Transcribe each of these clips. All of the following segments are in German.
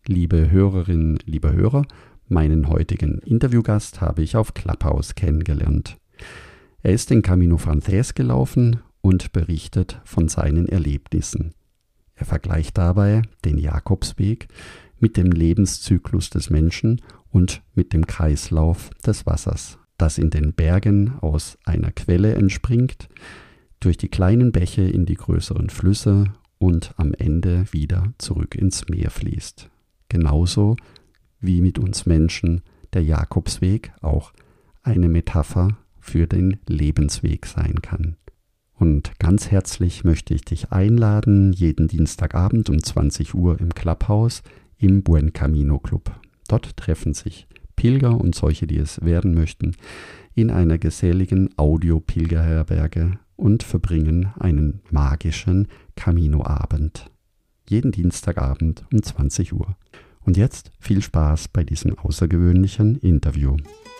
Liebe Hörerinnen, liebe Hörer, meinen heutigen Interviewgast habe ich auf Clubhouse kennengelernt. Er ist den Camino Frances gelaufen und berichtet von seinen Erlebnissen. Er vergleicht dabei den Jakobsweg mit dem Lebenszyklus des Menschen und mit dem Kreislauf des Wassers, das in den Bergen aus einer Quelle entspringt, durch die kleinen Bäche in die größeren Flüsse und am Ende wieder zurück ins Meer fließt. Genauso wie mit uns Menschen der Jakobsweg auch eine Metapher für den Lebensweg sein kann. Und ganz herzlich möchte ich dich einladen, jeden Dienstagabend um 20 Uhr im Clubhouse im Buen Camino Club. Dort treffen sich Pilger und solche, die es werden möchten, in einer geselligen Audio-Pilgerherberge und verbringen einen magischen Camino-Abend. Jeden Dienstagabend um 20 Uhr. Und jetzt viel Spaß bei diesem außergewöhnlichen Interview.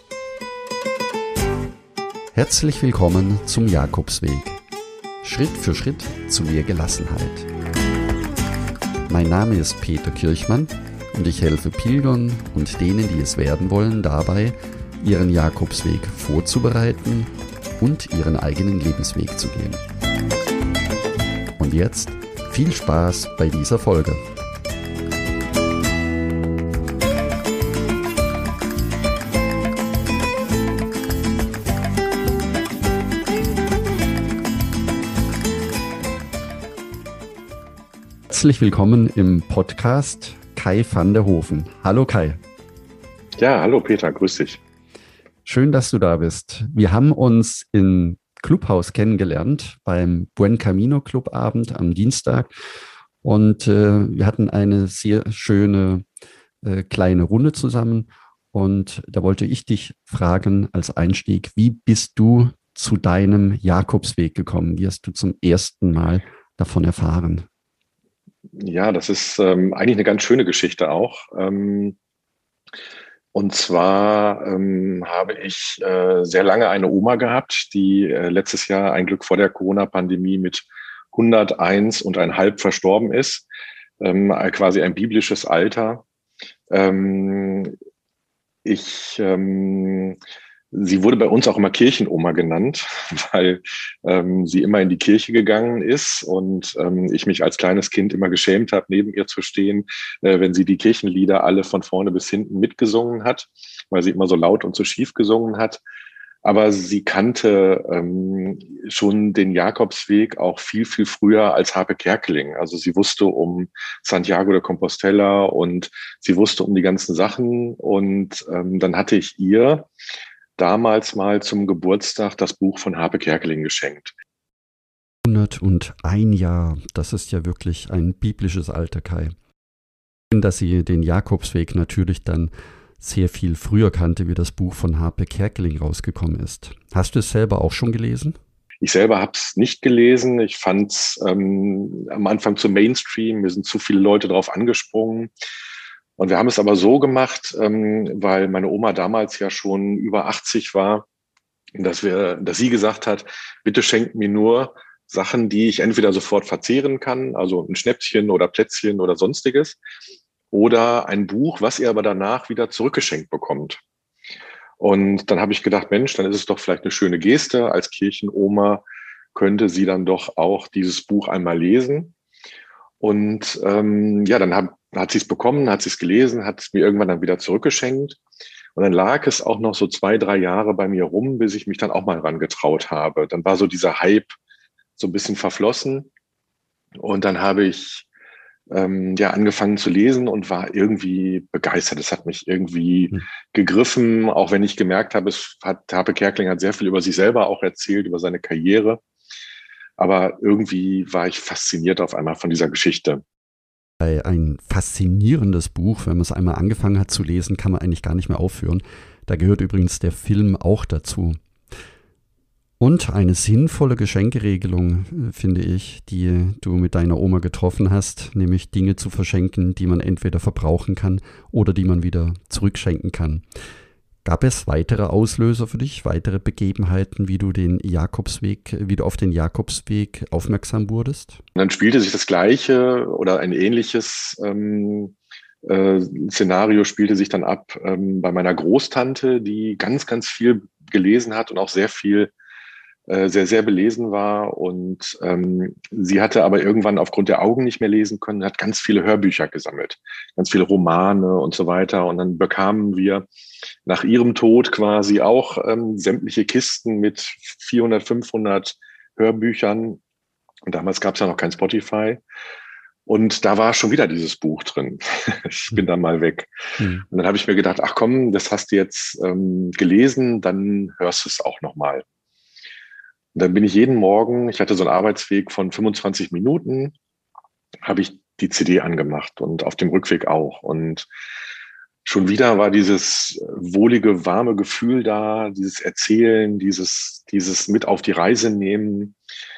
Herzlich willkommen zum Jakobsweg. Schritt für Schritt zu mehr Gelassenheit. Mein Name ist Peter Kirchmann und ich helfe Pilgern und denen, die es werden wollen, dabei, ihren Jakobsweg vorzubereiten und ihren eigenen Lebensweg zu gehen. Und jetzt viel Spaß bei dieser Folge. Herzlich willkommen im Podcast Kai van der Hoven. Hallo Kai. Ja, hallo Peter, grüß dich. Schön, dass du da bist. Wir haben uns im Clubhaus kennengelernt beim Buen Camino Club Abend am Dienstag und wir hatten eine sehr schöne kleine Runde zusammen und da wollte ich dich fragen als Einstieg, wie bist du zu deinem Jakobsweg gekommen? Wie hast du zum ersten Mal davon erfahren? Ja, das ist eigentlich eine ganz schöne Geschichte auch. Und zwar habe ich sehr lange eine Oma gehabt, die letztes Jahr ein Glück vor der Corona-Pandemie mit 101,5 verstorben ist. Quasi ein biblisches Alter. Sie wurde bei uns auch immer Kirchenoma genannt, weil sie immer in die Kirche gegangen ist und ich mich als kleines Kind immer geschämt habe, neben ihr zu stehen, wenn sie die Kirchenlieder alle von vorne bis hinten mitgesungen hat, weil sie immer so laut und so schief gesungen hat. Aber sie kannte schon den Jakobsweg auch viel, viel früher als Harpe Kerkeling. Also sie wusste um Santiago de Compostela und sie wusste um die ganzen Sachen. Und dann hatte ich ihr damals mal zum Geburtstag das Buch von Harpe Kerkeling geschenkt. 101 Jahre, das ist ja wirklich ein biblisches Alter, Kai. Dass sie den Jakobsweg natürlich dann sehr viel früher kannte, wie das Buch von Harpe Kerkeling rausgekommen ist. Hast du es selber auch schon gelesen? Ich selber habe es nicht gelesen. Ich fand es am Anfang zu Mainstream. Mir sind zu viele Leute drauf angesprungen. Und wir haben es aber so gemacht, weil meine Oma damals ja schon über 80 war, dass sie gesagt hat, bitte schenkt mir nur Sachen, die ich entweder sofort verzehren kann, also ein Schnäppchen oder Plätzchen oder sonstiges, oder ein Buch, was ihr aber danach wieder zurückgeschenkt bekommt. Und dann habe ich gedacht, Mensch, dann ist es doch vielleicht eine schöne Geste. Als Kirchenoma könnte sie dann doch auch dieses Buch einmal lesen. Und dann hat sie es bekommen, hat sie es gelesen, hat es mir irgendwann dann wieder zurückgeschenkt. Und dann lag es auch noch so 2-3 Jahre bei mir rum, bis ich mich dann auch mal rangetraut habe. Dann war so dieser Hype so ein bisschen verflossen. Und dann habe ich angefangen zu lesen und war irgendwie begeistert. Es hat mich irgendwie gegriffen, auch wenn ich gemerkt habe, Harpe Kerkeling hat sehr viel über sich selber auch erzählt, über seine Karriere. Aber irgendwie war ich fasziniert auf einmal von dieser Geschichte. Ein faszinierendes Buch, wenn man es einmal angefangen hat zu lesen, kann man eigentlich gar nicht mehr aufhören. Da gehört übrigens der Film auch dazu. Und eine sinnvolle Geschenkeregelung, finde ich, die du mit deiner Oma getroffen hast, nämlich Dinge zu verschenken, die man entweder verbrauchen kann oder die man wieder zurückschenken kann. Gab es weitere Auslöser für dich, weitere Begebenheiten, wie du auf den Jakobsweg aufmerksam wurdest? Und dann spielte sich das Gleiche oder ein ähnliches Szenario spielte sich dann ab bei meiner Großtante, die ganz, ganz viel gelesen hat und auch sehr viel, sehr, sehr belesen war. Und sie hatte aber irgendwann aufgrund der Augen nicht mehr lesen können, hat ganz viele Hörbücher gesammelt, ganz viele Romane und so weiter. Und dann bekamen wir nach ihrem Tod quasi auch sämtliche Kisten mit 400, 500 Hörbüchern. Und damals gab es ja noch kein Spotify. Und da war schon wieder dieses Buch drin. Ich bin dann mal weg. Und dann habe ich mir gedacht, ach komm, das hast du jetzt gelesen, dann hörst du es auch nochmal. Und dann bin ich jeden Morgen, ich hatte so einen Arbeitsweg von 25 Minuten, habe ich die CD angemacht und auf dem Rückweg auch. Und schon wieder war dieses wohlige, warme Gefühl da, dieses Erzählen, dieses mit auf die Reise nehmen.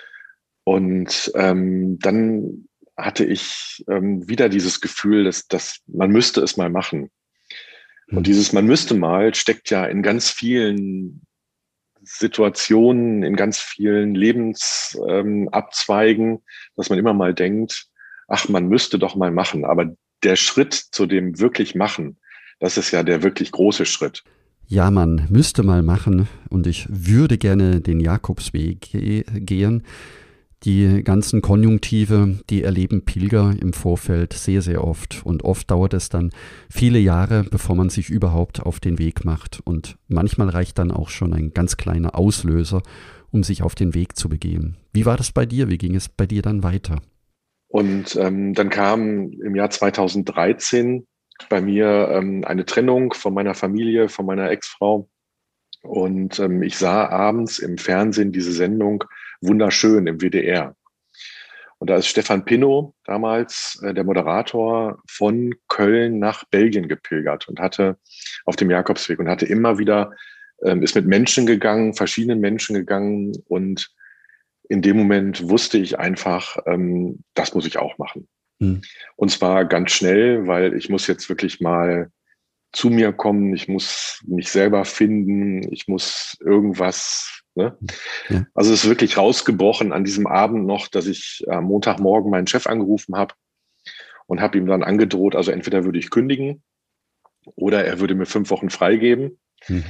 Und dann hatte ich wieder dieses Gefühl, dass man müsste es mal machen. Und dieses man müsste mal steckt ja in ganz vielen Situationen, in ganz vielen Lebensabzweigen, dass man immer mal denkt, ach, man müsste doch mal machen. Aber der Schritt zu dem wirklich machen, das ist ja der wirklich große Schritt. Ja, man müsste mal machen und ich würde gerne den Jakobsweg gehen. Die ganzen Konjunktive, die erleben Pilger im Vorfeld sehr, sehr oft. Und oft dauert es dann viele Jahre, bevor man sich überhaupt auf den Weg macht. Und manchmal reicht dann auch schon ein ganz kleiner Auslöser, um sich auf den Weg zu begeben. Wie war das bei dir? Wie ging es bei dir dann weiter? Und dann kam im Jahr 2013 bei mir eine Trennung von meiner Familie, von meiner Ex-Frau. Und ich sah abends im Fernsehen diese Sendung Wunderschön im WDR. Und da ist Stefan Pinnow, damals der Moderator, von Köln nach Belgien gepilgert und hatte auf dem Jakobsweg und hatte immer wieder, ist mit Menschen gegangen, verschiedenen Menschen gegangen. Und in dem Moment wusste ich einfach, das muss ich auch machen. Und zwar ganz schnell, weil ich muss jetzt wirklich mal zu mir kommen, ich muss mich selber finden, ich muss irgendwas, ne? Ja. Also es ist wirklich rausgebrochen an diesem Abend noch, dass ich am Montagmorgen meinen Chef angerufen habe und habe ihm dann angedroht, also entweder würde ich kündigen oder er würde mir 5 Wochen freigeben.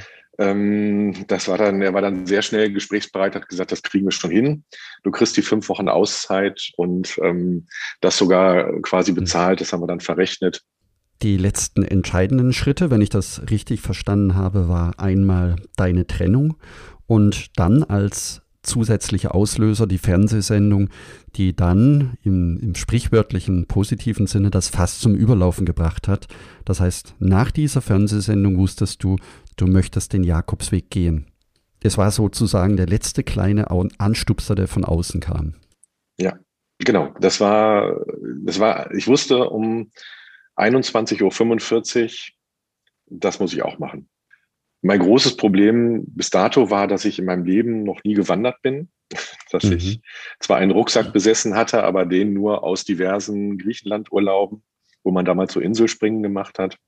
Das war dann, er war dann sehr schnell gesprächsbereit, hat gesagt, das kriegen wir schon hin. Du kriegst die 5 Wochen Auszeit und das sogar quasi bezahlt, das haben wir dann verrechnet. Die letzten entscheidenden Schritte, wenn ich das richtig verstanden habe, war einmal deine Trennung und dann als zusätzlicher Auslöser die Fernsehsendung, die dann im sprichwörtlichen positiven Sinne das Fass zum Überlaufen gebracht hat. Das heißt, nach dieser Fernsehsendung wusstest du, du möchtest den Jakobsweg gehen. Das war sozusagen der letzte kleine Anstupser, der von außen kam. Ja, genau. Das war, ich wusste um 21:45 Uhr, das muss ich auch machen. Mein großes Problem bis dato war, dass ich in meinem Leben noch nie gewandert bin, dass ich zwar einen Rucksack besessen hatte, aber den nur aus diversen Griechenlandurlauben, wo man damals so Inselspringen gemacht hat.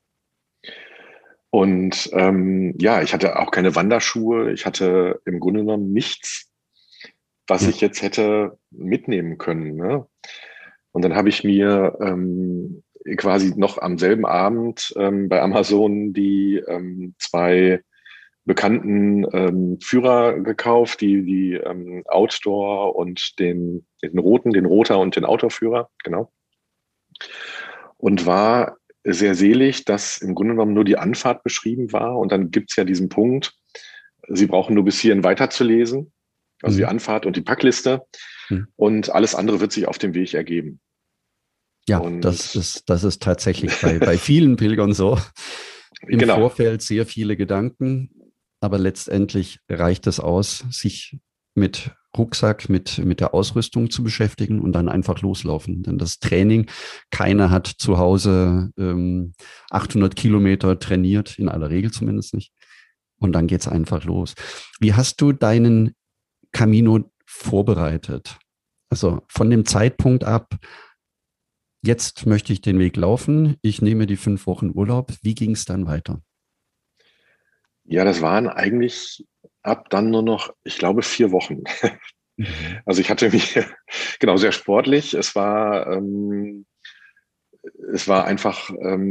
Und ja, ich hatte auch keine Wanderschuhe, ich hatte im Grunde genommen nichts, was ich jetzt hätte mitnehmen können, ne? Und dann habe ich mir quasi noch am selben Abend bei Amazon die 2 bekannten Führer gekauft, die Outdoor und den Roter und den Outdoor-Führer, genau. Und war sehr selig, dass im Grunde genommen nur die Anfahrt beschrieben war. Und dann gibt's ja diesen Punkt, Sie brauchen nur bis hierhin weiterzulesen, also die Anfahrt und die Packliste. Und alles andere wird sich auf dem Weg ergeben. Ja, das ist tatsächlich bei vielen Pilgern so. Im Vorfeld sehr viele Gedanken, aber letztendlich reicht es aus, sich mit Rucksack, mit der Ausrüstung zu beschäftigen und dann einfach loslaufen. Denn das Training, keiner hat zu Hause 800 Kilometer trainiert, in aller Regel zumindest nicht. Und dann geht's einfach los. Wie hast du deinen Camino vorbereitet? Also von dem Zeitpunkt ab, jetzt möchte ich den Weg laufen, ich nehme die 5 Wochen Urlaub. Wie ging es dann weiter? Ja, das waren eigentlich ab dann nur noch, ich glaube, 4 Wochen. Also ich hatte mich, genau, sehr sportlich. Es war es war einfach,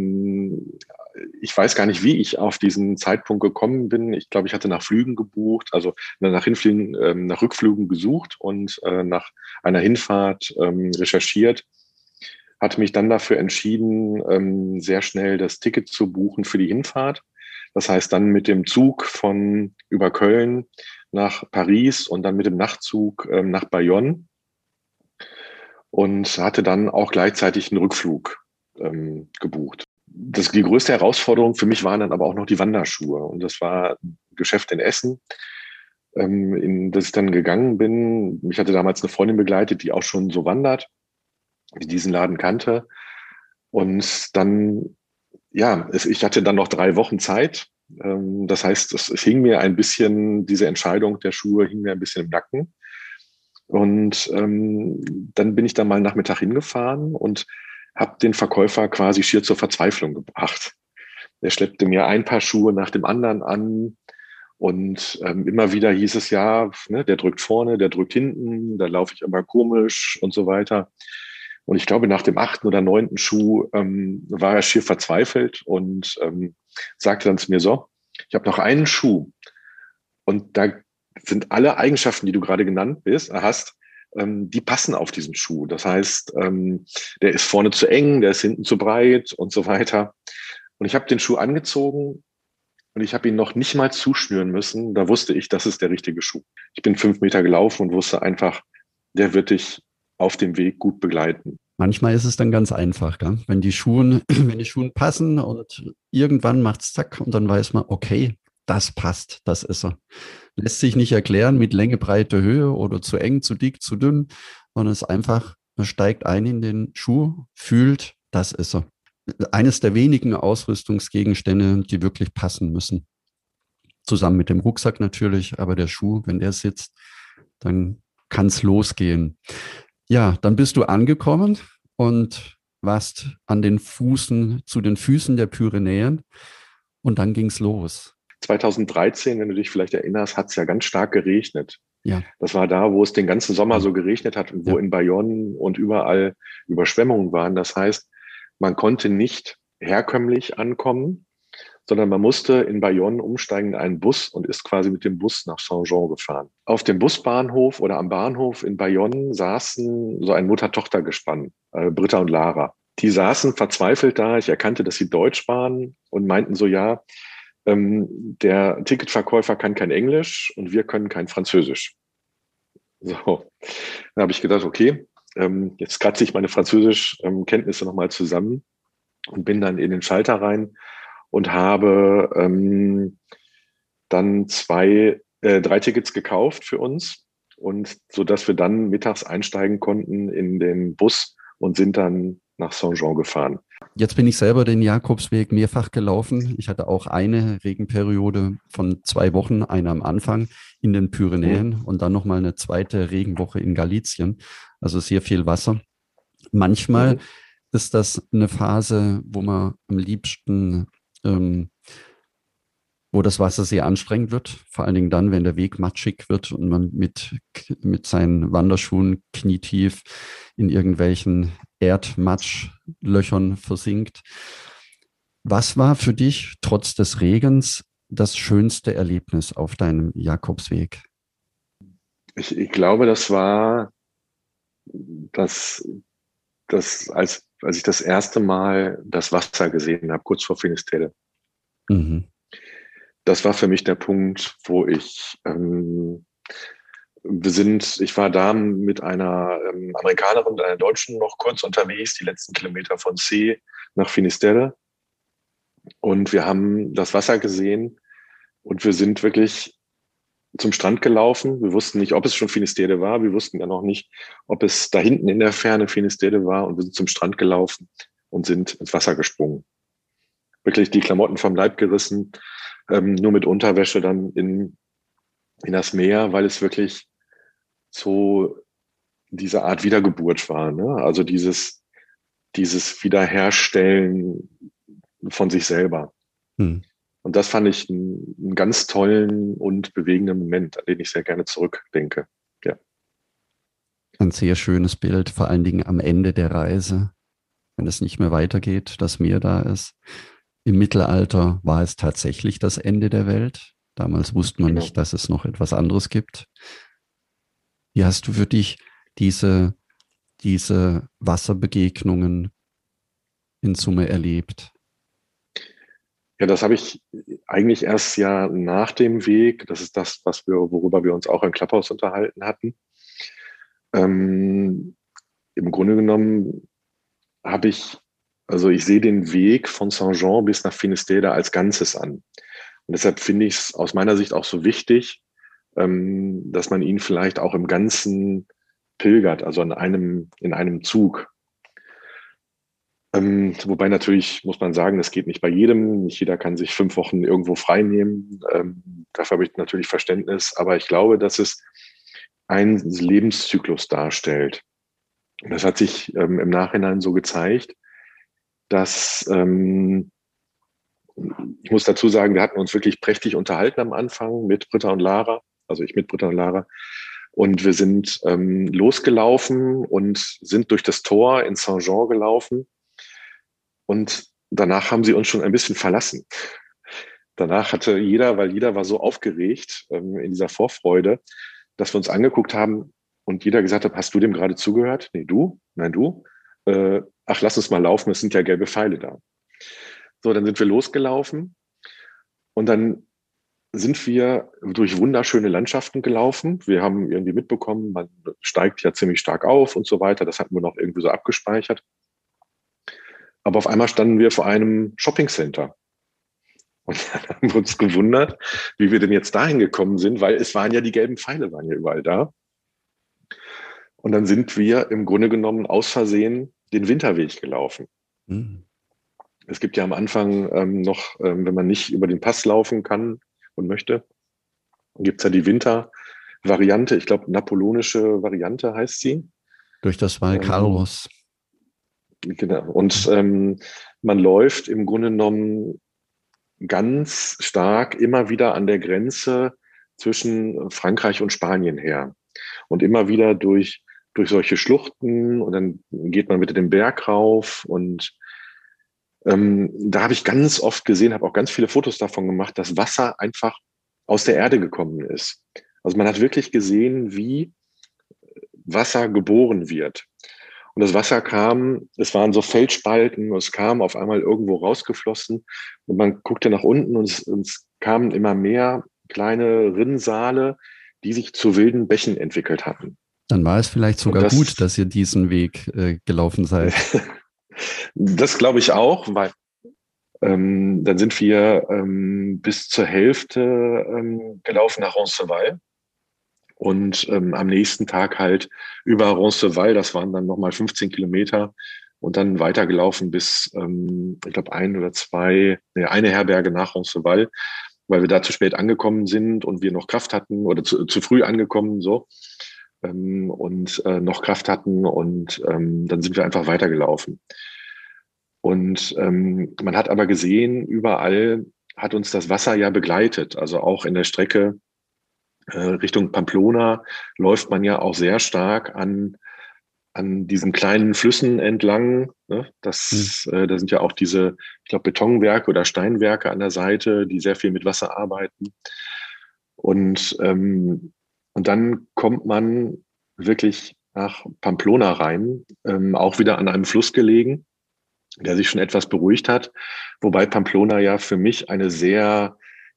ich weiß gar nicht, wie ich auf diesen Zeitpunkt gekommen bin. Ich glaube, ich hatte nach Flügen gebucht, also nach Hinflügen, nach Rückflügen gesucht und nach einer Hinfahrt recherchiert. Hatte mich dann dafür entschieden, sehr schnell das Ticket zu buchen für die Hinfahrt. Das heißt, dann mit dem Zug von über Köln nach Paris und dann mit dem Nachtzug nach Bayonne und hatte dann auch gleichzeitig einen Rückflug gebucht. Die größte Herausforderung für mich waren dann aber auch noch die Wanderschuhe. Und das war ein Geschäft in Essen, in das ich dann gegangen bin. Mich hatte damals eine Freundin begleitet, die auch schon so wandert, die diesen Laden kannte. Und dann, ja, ich hatte dann noch 3 Wochen Zeit. Das heißt, es hing mir ein bisschen, diese Entscheidung der Schuhe hing mir ein bisschen im Nacken. Und dann bin ich da mal einen Nachmittag hingefahren und habe den Verkäufer quasi schier zur Verzweiflung gebracht. Er schleppte mir ein paar Schuhe nach dem anderen an und immer wieder hieß es ja, ne, der drückt vorne, der drückt hinten, da laufe ich immer komisch und so weiter. Und ich glaube, nach dem 8. oder 9. Schuh war er schier verzweifelt und sagte dann zu mir, so, ich habe noch einen Schuh und da sind alle Eigenschaften, die du gerade genannt hast, die passen auf diesen Schuh. Das heißt, der ist vorne zu eng, der ist hinten zu breit und so weiter. Und ich habe den Schuh angezogen und ich habe ihn noch nicht mal zuschnüren müssen. Da wusste ich, das ist der richtige Schuh. Ich bin 5 Meter gelaufen und wusste einfach, der wird dich auf dem Weg gut begleiten. Manchmal ist es dann ganz einfach, gell? Wenn die Schuhe, wenn die Schuhe passen und irgendwann macht's zack und dann weiß man, okay, das passt, das ist er. Lässt sich nicht erklären mit Länge, Breite, Höhe oder zu eng, zu dick, zu dünn, sondern es ist einfach, man steigt ein in den Schuh, fühlt, das ist er. Eines der wenigen Ausrüstungsgegenstände, die wirklich passen müssen. Zusammen mit dem Rucksack natürlich, aber der Schuh, wenn der sitzt, dann kann es losgehen. Ja, dann bist du angekommen und warst an den Füßen, zu den Füßen der Pyrenäen und dann ging es los. 2013, wenn du dich vielleicht erinnerst, hat es ja ganz stark geregnet. Ja. Das war da, wo es den ganzen Sommer so geregnet hat und wo in Bayonne und überall Überschwemmungen waren. Das heißt, man konnte nicht herkömmlich ankommen, sondern man musste in Bayonne umsteigen in einen Bus und ist quasi mit dem Bus nach Saint-Jean gefahren. Auf dem Busbahnhof oder am Bahnhof in Bayonne saßen so ein Mutter-Tochter-Gespann, Britta und Lara. Die saßen verzweifelt da. Ich erkannte, dass sie Deutsch waren und meinten so, ja, der Ticketverkäufer kann kein Englisch und wir können kein Französisch. So, dann habe ich gedacht, okay, jetzt kratze ich meine Französisch-Kenntnisse nochmal zusammen und bin dann in den Schalter rein und habe dann 3 Tickets gekauft für uns und so dass wir dann mittags einsteigen konnten in den Bus und sind dann nach Saint-Jean gefahren. Jetzt bin ich selber den Jakobsweg mehrfach gelaufen. Ich hatte auch eine Regenperiode von 2 Wochen, eine am Anfang in den Pyrenäen und dann nochmal eine zweite Regenwoche in Galicien. Also sehr viel Wasser. Manchmal ist das eine Phase, wo man am liebsten, wo das Wasser sehr anstrengend wird. Vor allen Dingen dann, wenn der Weg matschig wird und man mit seinen Wanderschuhen knietief in irgendwelchen Erdmatschlöchern versinkt. Was war für dich trotz des Regens das schönste Erlebnis auf deinem Jakobsweg? Ich glaube, das war als ich das erste Mal das Wasser gesehen habe, kurz vor Finisterre. Mhm. Das war für mich der Punkt, wo ich ich war da mit einer Amerikanerin und einer Deutschen noch kurz unterwegs, die letzten Kilometer von C nach Finisterre. Und wir haben das Wasser gesehen und wir sind wirklich zum Strand gelaufen. Wir wussten nicht, ob es schon Finisterre war. Wir wussten ja noch nicht, ob es da hinten in der Ferne Finisterre war. Und wir sind zum Strand gelaufen und sind ins Wasser gesprungen. Wirklich die Klamotten vom Leib gerissen, nur mit Unterwäsche dann in das Meer, weil es wirklich so diese Art Wiedergeburt war. Ne? Also dieses Wiederherstellen von sich selber. Hm. Und das fand ich einen ganz tollen und bewegenden Moment, an den ich sehr gerne zurückdenke. Ja. Ein sehr schönes Bild, vor allen Dingen am Ende der Reise. wenn es nicht mehr weitergeht, das Meer da ist. Im Mittelalter war es tatsächlich das Ende der Welt. Damals wusste man nicht, Genau. dass es noch etwas anderes gibt. Wie hast du für dich diese, diese Wasserbegegnungen in Summe erlebt? Ja, das habe ich eigentlich erst ja nach dem Weg. Das ist das, worüber wir uns auch im Clubhouse unterhalten hatten. Ähm, Im Grunde genommen habe ich, also ich sehe den Weg von Saint-Jean bis nach Finisterre als Ganzes an. Und deshalb finde ich es aus meiner Sicht auch so wichtig, dass man ihn vielleicht auch im Ganzen pilgert, also in einem Zug. Wobei natürlich muss man sagen, das geht nicht bei jedem. Nicht jeder kann sich 5 Wochen irgendwo frei nehmen. Dafür habe ich natürlich Verständnis. Aber ich glaube, dass es einen Lebenszyklus darstellt. Und das hat sich im Nachhinein so gezeigt, dass ich muss dazu sagen, wir hatten uns wirklich prächtig unterhalten am Anfang mit Britta und Lara, also ich mit Britta und Lara. Und wir sind losgelaufen und sind durch das Tor in Saint-Jean gelaufen. Und danach haben sie uns schon ein bisschen verlassen. Danach hatte jeder, weil jeder war so aufgeregt in dieser Vorfreude, dass wir uns angeguckt haben und jeder gesagt hat, hast du dem gerade zugehört? Nee, du? Nein, du? Ach, lass uns mal laufen, es sind ja gelbe Pfeile da. So, dann sind wir losgelaufen und dann sind wir durch wunderschöne Landschaften gelaufen. Wir haben irgendwie mitbekommen, man steigt ja ziemlich stark auf und so weiter. Das hatten wir noch irgendwie so abgespeichert. Aber auf einmal standen wir vor einem Shoppingcenter. Und dann haben wir uns gewundert, wie wir denn jetzt dahin gekommen sind, weil es waren ja die gelben Pfeile, waren ja überall da. Und dann sind wir im Grunde genommen aus Versehen den Winterweg gelaufen. Hm. Es gibt ja am Anfang noch, wenn man nicht über den Pass laufen kann und möchte, gibt es ja die Wintervariante. Ich glaube, napoleonische Variante heißt sie. Durch das Val Ähm, Carlos. genau. Und man läuft im Grunde genommen ganz stark immer wieder an der Grenze zwischen Frankreich und Spanien her. Und immer wieder durch solche Schluchten und dann geht man wieder den Berg rauf und da habe ich ganz oft gesehen, habe auch ganz viele Fotos davon gemacht, dass Wasser einfach aus der Erde gekommen ist. Also man hat wirklich gesehen, wie Wasser geboren wird. Und das Wasser kam, es waren so Felsspalten, es kam auf einmal irgendwo rausgeflossen und man guckte nach unten und es kamen immer mehr kleine Rinnsale, die sich zu wilden Bächen entwickelt hatten. Dann war es vielleicht Und sogar gut, dass ihr diesen Weg gelaufen seid. das glaube ich auch, weil dann sind wir bis zur Hälfte gelaufen nach Roncesvalles und am nächsten Tag halt über Roncesvalles, das waren dann nochmal 15 Kilometer und dann weitergelaufen bis, ich glaube, eine Herberge nach Roncesvalles, weil wir da zu spät angekommen sind und wir noch Kraft hatten oder zu früh angekommen so und noch Kraft hatten und dann sind wir einfach weitergelaufen. Und man hat aber gesehen, überall hat uns das Wasser ja begleitet. Also auch in der Strecke Richtung Pamplona läuft man ja auch sehr stark an diesen kleinen Flüssen entlang. Ne? Hm. Da sind ja auch diese, ich glaube, Betonwerke oder Steinwerke an der Seite, die sehr viel mit Wasser arbeiten. Und, und dann kommt man wirklich nach Pamplona rein, auch wieder an einem Fluss gelegen, der sich schon etwas beruhigt hat. Wobei Pamplona ja für mich eine sehr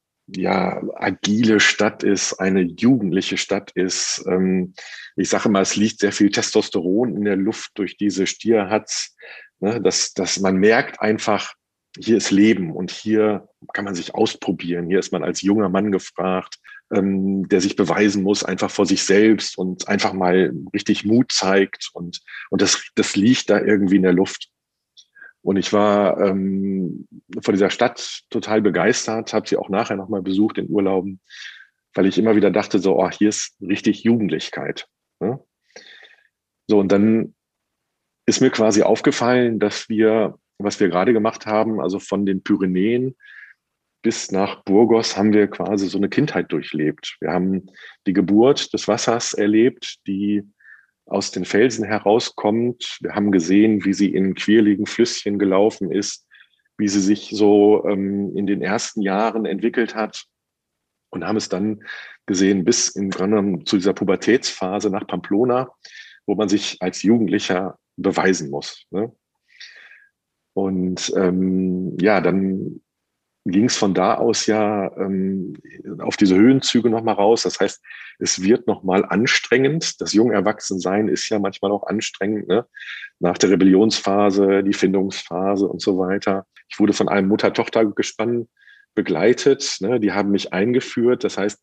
agile Stadt ist, eine jugendliche Stadt ist. Ich sage mal, es liegt sehr viel Testosteron in der Luft durch diese Stierhatz. Ne, dass man merkt einfach, hier ist Leben und hier kann man sich ausprobieren. Hier ist man als junger Mann gefragt, der sich beweisen muss, einfach vor sich selbst und einfach mal richtig Mut zeigt. Und das liegt da irgendwie in der Luft. Und ich war von dieser Stadt total begeistert, habe sie auch nachher nochmal besucht in Urlauben, weil ich immer wieder dachte, so, oh, hier ist richtig Jugendlichkeit. Ne? So, und dann ist mir quasi aufgefallen, was wir gerade gemacht haben, also von den Pyrenäen bis nach Burgos haben wir quasi so eine Kindheit durchlebt. Wir haben die Geburt des Wassers erlebt, die aus den Felsen herauskommt. Wir haben gesehen, wie sie in quirligen Flüsschen gelaufen ist, wie sie sich so in den ersten Jahren entwickelt hat und haben es dann gesehen bis im Grunde genommen zu dieser Pubertätsphase nach Pamplona, wo man sich als Jugendlicher beweisen muss. Ne? Und dann ging es von da aus ja auf diese Höhenzüge nochmal raus. Das heißt, es wird nochmal anstrengend. Das Jungerwachsensein ist ja manchmal auch anstrengend, ne? Nach der Rebellionsphase, die Findungsphase und so weiter. Ich wurde von einem Mutter-Tochter-Gespann begleitet. Ne? Die haben mich eingeführt. Das heißt,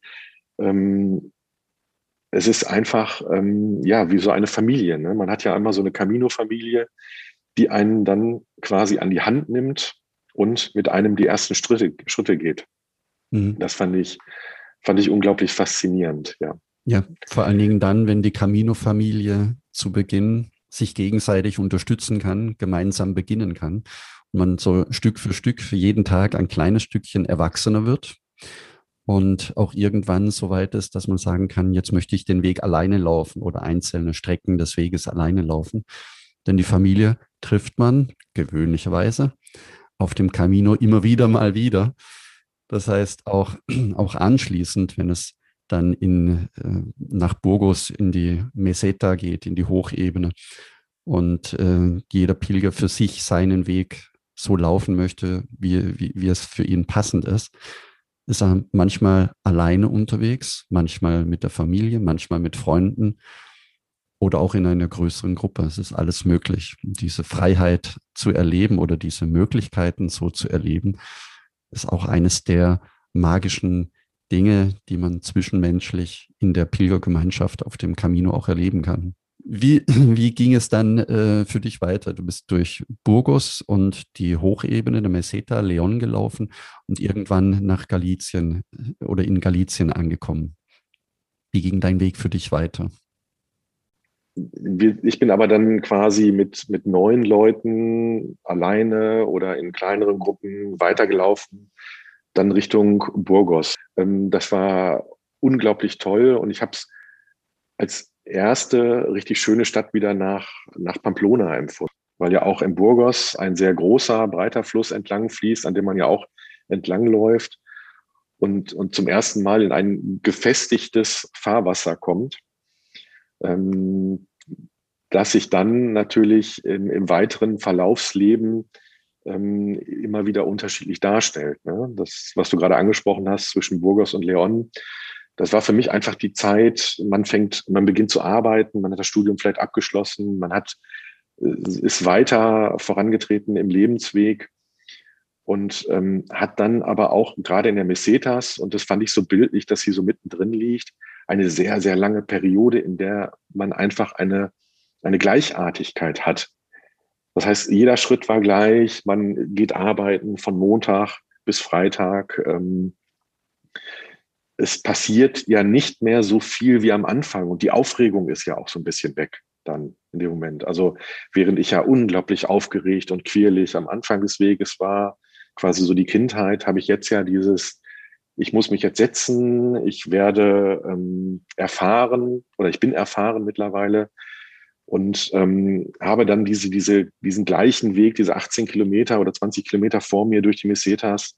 es ist einfach wie so eine Familie. Ne? Man hat ja einmal so eine Camino-Familie, die einen dann quasi an die Hand nimmt und mit einem die ersten Schritte geht. Mhm. Das fand ich unglaublich faszinierend, ja. Ja, vor allen Dingen dann, wenn die Camino-Familie zu Beginn sich gegenseitig unterstützen kann, gemeinsam beginnen kann und man so Stück für jeden Tag ein kleines Stückchen erwachsener wird und auch irgendwann so weit ist, dass man sagen kann, jetzt möchte ich den Weg alleine laufen oder einzelne Strecken des Weges alleine laufen. Denn die Familie trifft man gewöhnlicherweise auf dem Camino immer wieder mal wieder. Das heißt, auch anschließend, wenn es dann nach Burgos in die Meseta geht, in die Hochebene und jeder Pilger für sich seinen Weg so laufen möchte, wie es für ihn passend ist er manchmal alleine unterwegs, manchmal mit der Familie, manchmal mit Freunden oder auch in einer größeren Gruppe. Es ist alles möglich. Diese Freiheit zu erleben oder diese Möglichkeiten so zu erleben, ist auch eines der magischen Dinge, die man zwischenmenschlich in der Pilgergemeinschaft auf dem Camino auch erleben kann. Wie ging es dann für dich weiter? Du bist durch Burgos und die Hochebene der Meseta, León gelaufen und irgendwann nach Galicien oder in Galicien angekommen. Wie ging dein Weg für dich weiter? Ich bin aber dann quasi mit 9 Leuten alleine oder in kleineren Gruppen weitergelaufen, dann Richtung Burgos. Das war unglaublich toll und ich habe es als erste richtig schöne Stadt wieder nach Pamplona empfunden, weil ja auch in Burgos ein sehr großer, breiter Fluss entlang fließt, an dem man ja auch entlang läuft und zum ersten Mal in ein gefestigtes Fahrwasser kommt, das sich dann natürlich im weiteren Verlaufsleben immer wieder unterschiedlich darstellt. Ne? Das, was du gerade angesprochen hast zwischen Burgos und León, das war für mich einfach die Zeit, man beginnt zu arbeiten, man hat das Studium vielleicht abgeschlossen, ist weiter vorangetreten im Lebensweg und hat dann aber auch gerade in der Mesetas, und das fand ich so bildlich, dass sie so mittendrin liegt, eine sehr, sehr lange Periode, in der man einfach eine Gleichartigkeit hat. Das heißt, jeder Schritt war gleich, man geht arbeiten von Montag bis Freitag. Es passiert ja nicht mehr so viel wie am Anfang und die Aufregung ist ja auch so ein bisschen weg dann in dem Moment. Also während ich ja unglaublich aufgeregt und quirlig am Anfang des Weges war, quasi so die Kindheit, habe ich jetzt ja ich muss mich jetzt setzen, ich werde erfahren oder ich bin erfahren mittlerweile und habe dann diesen gleichen Weg, diese 18 Kilometer oder 20 Kilometer vor mir durch die Mesetas,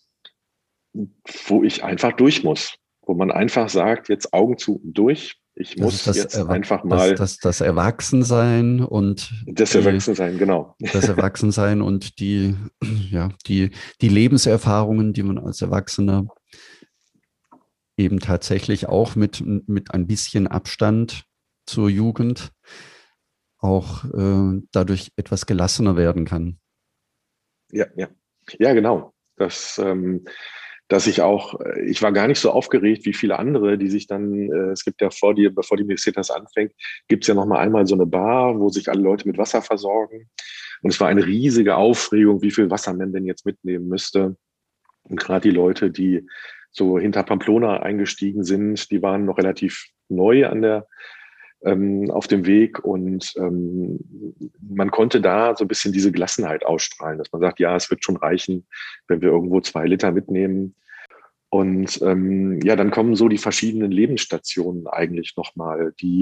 wo ich einfach durch muss, wo man einfach sagt, jetzt Augen zu und durch. Ich muss jetzt einfach mal das Erwachsensein und das Erwachsensein, genau. Das Erwachsensein und die Lebenserfahrungen, die man als Erwachsener eben tatsächlich auch mit ein bisschen Abstand zur Jugend auch dadurch etwas gelassener werden kann. Ja, genau. Ich war gar nicht so aufgeregt wie viele andere, die sich dann, es gibt ja bevor die Mesetas anfängt, gibt es ja nochmal einmal so eine Bar, wo sich alle Leute mit Wasser versorgen. Und es war eine riesige Aufregung, wie viel Wasser man denn jetzt mitnehmen müsste. Und gerade die Leute, die so hinter Pamplona eingestiegen sind, die waren noch relativ neu auf dem Weg und man konnte da so ein bisschen diese Gelassenheit ausstrahlen, dass man sagt, ja, es wird schon reichen, wenn wir irgendwo 2 Liter mitnehmen. Und dann kommen so die verschiedenen Lebensstationen eigentlich nochmal, die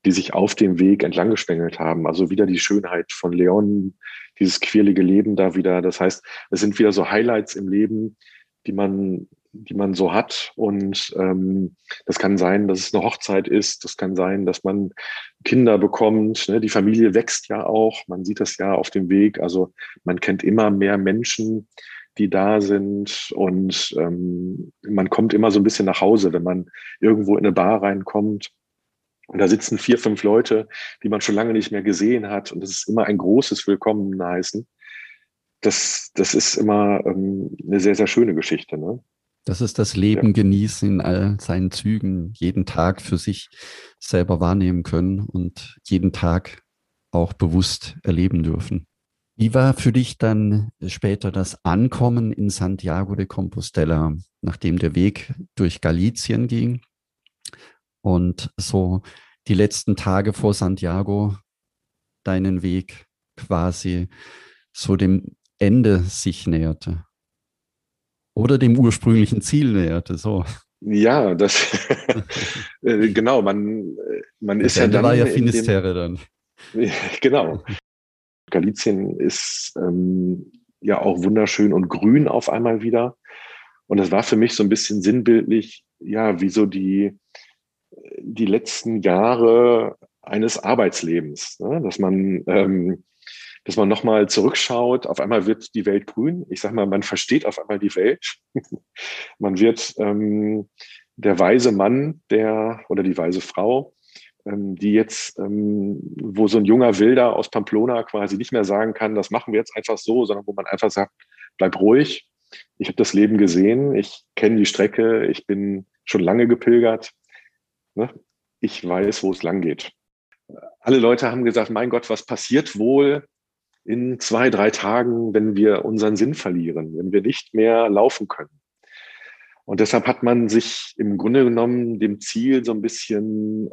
die sich auf dem Weg entlang geschlängelt haben. Also wieder die Schönheit von Leon, dieses quirlige Leben da wieder. Das heißt, es sind wieder so Highlights im Leben, die man so hat. Und das kann sein, dass es eine Hochzeit ist. Das kann sein, dass man Kinder bekommt. Ne? Die Familie wächst ja auch. Man sieht das ja auf dem Weg. Also man kennt immer mehr Menschen, die da sind. Und man kommt immer so ein bisschen nach Hause, wenn man irgendwo in eine Bar reinkommt. Und da sitzen 4, 5 Leute, die man schon lange nicht mehr gesehen hat. Und das ist immer ein großes Willkommen heißen. Das ist immer eine sehr, sehr schöne Geschichte. Ne? Das ist das Leben genießen in all seinen Zügen, jeden Tag für sich selber wahrnehmen können und jeden Tag auch bewusst erleben dürfen. Wie war für dich dann später das Ankommen in Santiago de Compostela, nachdem der Weg durch Galicien ging und so die letzten Tage vor Santiago deinen Weg quasi so dem Ende sich näherte oder dem ursprünglichen Ziel näherte, so. Ja, das genau, man Das ist ja Ende dann war ja in dem, Finisterre dann. genau. Galicien ist ja auch wunderschön und grün auf einmal wieder. Und das war für mich so ein bisschen sinnbildlich, ja, wie so die letzten Jahre eines Arbeitslebens, ne? Dass man nochmal zurückschaut, auf einmal wird die Welt grün. Ich sag mal, man versteht auf einmal die Welt. Man wird der weise Mann, oder die weise Frau, die jetzt, wo so ein junger Wilder aus Pamplona quasi nicht mehr sagen kann, das machen wir jetzt einfach so, sondern wo man einfach sagt, bleib ruhig. Ich habe das Leben gesehen, ich kenne die Strecke, ich bin schon lange gepilgert. Ne? Ich weiß, wo es lang geht. Alle Leute haben gesagt, mein Gott, was passiert wohl in 2, 3 Tagen, wenn wir unseren Sinn verlieren, wenn wir nicht mehr laufen können? Und deshalb hat man sich im Grunde genommen dem Ziel so ein bisschen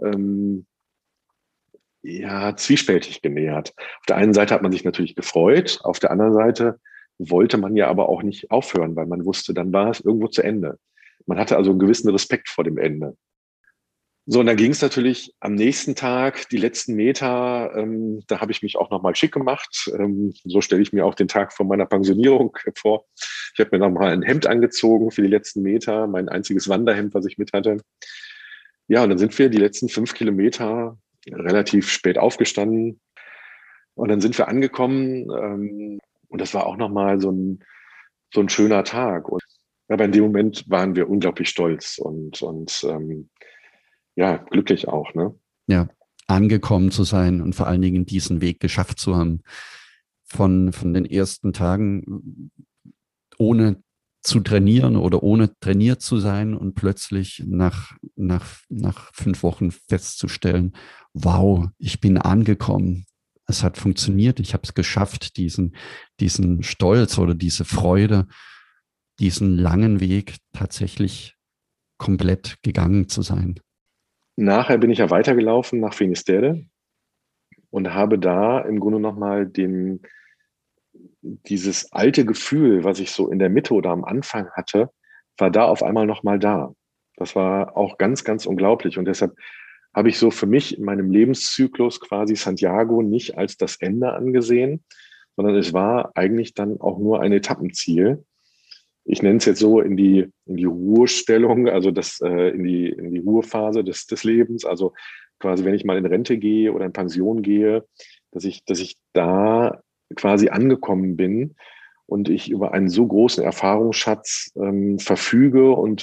ja, zwiespältig genähert. Auf der einen Seite hat man sich natürlich gefreut, auf der anderen Seite wollte man ja aber auch nicht aufhören, weil man wusste, dann war es irgendwo zu Ende. Man hatte also einen gewissen Respekt vor dem Ende. So, und dann ging es natürlich am nächsten Tag, die letzten Meter, da habe ich mich auch nochmal schick gemacht. So stelle ich mir auch den Tag vor meiner Pensionierung vor. Ich habe mir nochmal ein Hemd angezogen für die letzten Meter, mein einziges Wanderhemd, was ich mit hatte. Ja, und dann sind wir die letzten 5 Kilometer relativ spät aufgestanden. Und dann sind wir angekommen. Und das war auch nochmal so ein schöner Tag. Und aber in dem Moment waren wir unglaublich stolz und ja, glücklich auch, ne? Ja, angekommen zu sein und vor allen Dingen diesen Weg geschafft zu haben. Von den ersten Tagen ohne zu trainieren oder ohne trainiert zu sein und plötzlich nach 5 Wochen festzustellen, wow, ich bin angekommen. Es hat funktioniert, ich habe es geschafft, diesen Stolz oder diese Freude, diesen langen Weg tatsächlich komplett gegangen zu sein. Nachher bin ich ja weitergelaufen nach Finisterre und habe da im Grunde nochmal dieses alte Gefühl, was ich so in der Mitte oder am Anfang hatte, war da auf einmal nochmal da. Das war auch ganz, ganz unglaublich. Und deshalb habe ich so für mich in meinem Lebenszyklus quasi Santiago nicht als das Ende angesehen, sondern es war eigentlich dann auch nur ein Etappenziel. Ich nenne es jetzt so in die Ruhestellung, also in die Ruhephase des Lebens. Also quasi, wenn ich mal in Rente gehe oder in Pension gehe, dass ich da quasi angekommen bin und ich über einen so großen Erfahrungsschatz verfüge und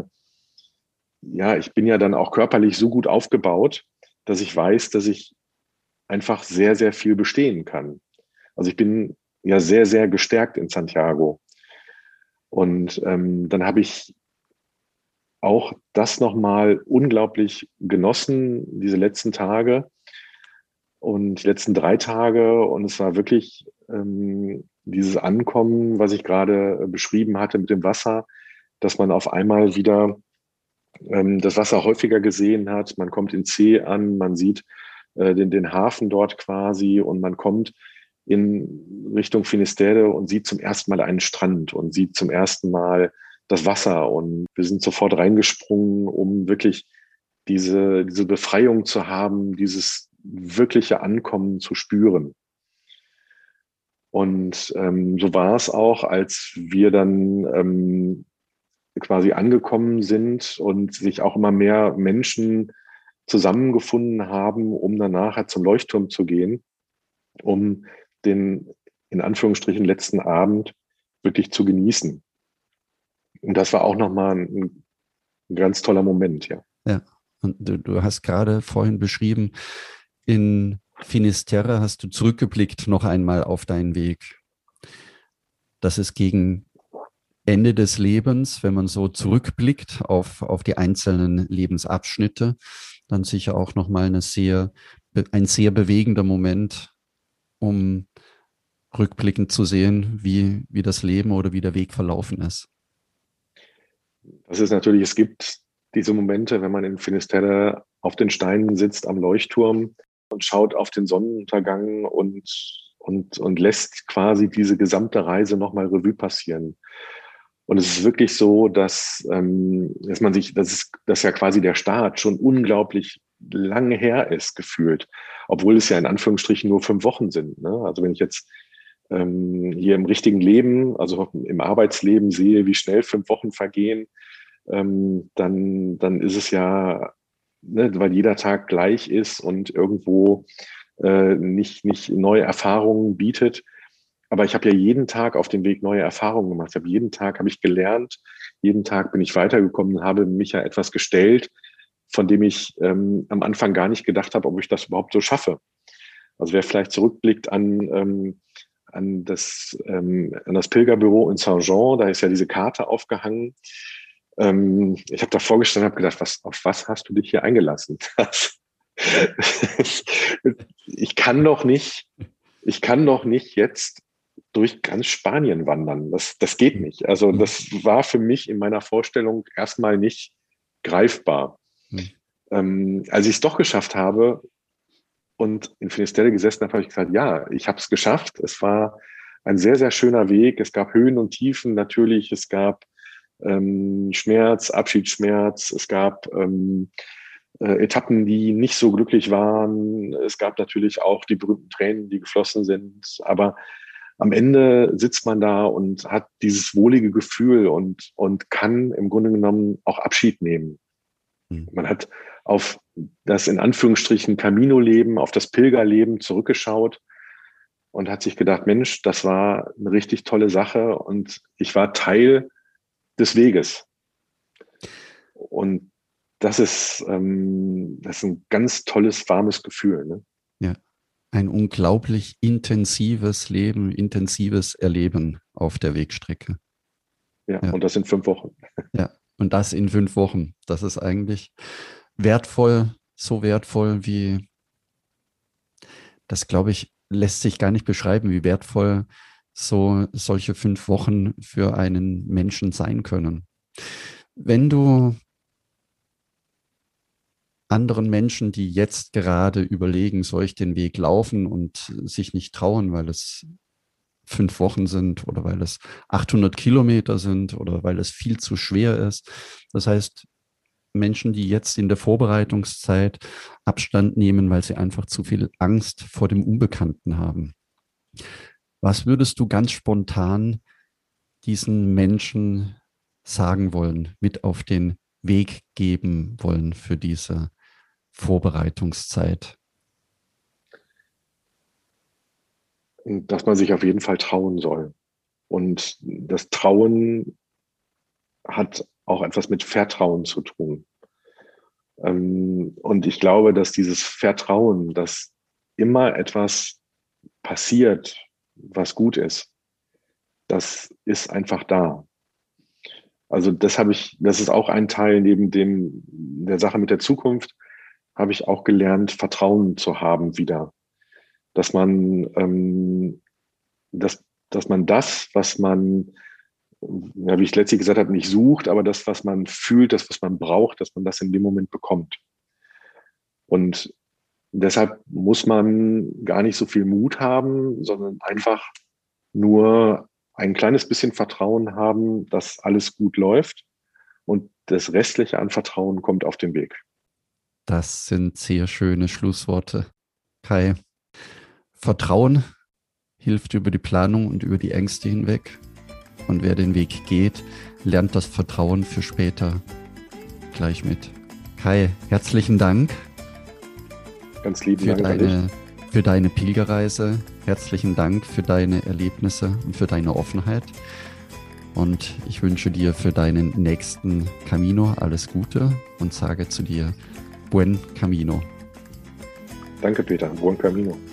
ich bin ja dann auch körperlich so gut aufgebaut, dass ich weiß, dass ich einfach sehr, sehr viel bestehen kann. Also ich bin ja sehr, sehr gestärkt in Santiago. Und dann habe ich auch das nochmal unglaublich genossen, diese letzten Tage und die letzten 3 Tage. Und es war wirklich dieses Ankommen, was ich gerade beschrieben hatte mit dem Wasser, dass man auf einmal wieder das Wasser häufiger gesehen hat. Man kommt in See an, man sieht den Hafen dort quasi und man kommt in Richtung Finisterre und sieht zum ersten Mal einen Strand und sieht zum ersten Mal das Wasser. Und wir sind sofort reingesprungen, um wirklich diese Befreiung zu haben, dieses wirkliche Ankommen zu spüren. Und so war es auch, als wir dann quasi angekommen sind und sich auch immer mehr Menschen zusammengefunden haben, um dann nachher zum Leuchtturm zu gehen, um den in Anführungsstrichen letzten Abend wirklich zu genießen. Und das war auch nochmal ein ganz toller Moment, ja. Ja, und du hast gerade vorhin beschrieben, in Finisterre hast du zurückgeblickt noch einmal auf deinen Weg. Das ist gegen Ende des Lebens, wenn man so zurückblickt auf die einzelnen Lebensabschnitte, dann sicher auch nochmal ein sehr bewegender Moment, um rückblickend zu sehen, wie das Leben oder wie der Weg verlaufen ist. Das ist natürlich, es gibt diese Momente, wenn man in Finisterre auf den Steinen sitzt am Leuchtturm und schaut auf den Sonnenuntergang und lässt quasi diese gesamte Reise nochmal Revue passieren. Und es ist wirklich so, dass man sich, dass ja quasi der Start schon unglaublich lange her ist, gefühlt. Obwohl es ja in Anführungsstrichen nur 5 Wochen sind. Ne? Also wenn ich jetzt hier im richtigen Leben, also im Arbeitsleben sehe, wie schnell 5 Wochen vergehen, dann ist es ja, ne, weil jeder Tag gleich ist und irgendwo nicht neue Erfahrungen bietet. Aber ich habe ja jeden Tag auf dem Weg neue Erfahrungen gemacht. Jeden Tag habe ich gelernt, jeden Tag bin ich weitergekommen und habe mich ja etwas gestellt, von dem ich am Anfang gar nicht gedacht habe, ob ich das überhaupt so schaffe. Also wer vielleicht zurückblickt an das Pilgerbüro in Saint-Jean, da ist ja diese Karte aufgehangen. Ich habe da vorgestanden und habe gedacht, auf was hast du dich hier eingelassen? ich kann doch nicht jetzt durch ganz Spanien wandern. Das geht nicht. Also das war für mich in meiner Vorstellung erstmal nicht greifbar. Als ich es doch geschafft habe und in Finisterre gesessen habe, habe ich gesagt, ja, ich habe es geschafft. Es war ein sehr, sehr schöner Weg. Es gab Höhen und Tiefen natürlich. Es gab Schmerz, Abschiedsschmerz. Es gab Etappen, die nicht so glücklich waren. Es gab natürlich auch die berühmten Tränen, die geflossen sind. Aber am Ende sitzt man da und hat dieses wohlige Gefühl und kann im Grunde genommen auch Abschied nehmen. Man hat auf das in Anführungsstrichen Camino-Leben, auf das Pilgerleben zurückgeschaut und hat sich gedacht, Mensch, das war eine richtig tolle Sache und ich war Teil des Weges. Und das ist ein ganz tolles, warmes Gefühl. Ne? Ja, ein unglaublich intensives Leben, intensives Erleben auf der Wegstrecke. Ja, und das in 5 Wochen. Ja, und das in 5 Wochen. Das ist eigentlich wertvoll, so wertvoll wie, das glaube ich, lässt sich gar nicht beschreiben, wie wertvoll solche 5 Wochen für einen Menschen sein können. Wenn du anderen Menschen, die jetzt gerade überlegen, soll ich den Weg laufen und sich nicht trauen, weil es 5 Wochen sind oder weil es 800 Kilometer sind oder weil es viel zu schwer ist. Das heißt, Menschen, die jetzt in der Vorbereitungszeit Abstand nehmen, weil sie einfach zu viel Angst vor dem Unbekannten haben. Was würdest du ganz spontan diesen Menschen sagen wollen, mit auf den Weg geben wollen für diese Vorbereitungszeit? Dass man sich auf jeden Fall trauen soll. Und das Trauen hat auch etwas mit Vertrauen zu tun. Und ich glaube, dass dieses Vertrauen, dass immer etwas passiert, was gut ist, das ist einfach da. Also das ist auch ein Teil neben der Sache mit der Zukunft, habe ich auch gelernt, Vertrauen zu haben wieder. Dass man, dass man das, was man, ja, wie ich letztlich gesagt habe, nicht sucht, aber das, was man fühlt, das, was man braucht, dass man das in dem Moment bekommt. Und deshalb muss man gar nicht so viel Mut haben, sondern einfach nur ein kleines bisschen Vertrauen haben, dass alles gut läuft und das Restliche an Vertrauen kommt auf den Weg. Das sind sehr schöne Schlussworte. Kai, Vertrauen hilft über die Planung und über die Ängste hinweg. Und wer den Weg geht, lernt das Vertrauen für später gleich mit. Kai, herzlichen Dank. Ganz lieben Dank für deine Pilgerreise. Herzlichen Dank für deine Erlebnisse und für deine Offenheit. Und ich wünsche dir für deinen nächsten Camino alles Gute und sage zu dir Buen Camino. Danke, Peter. Buen Camino.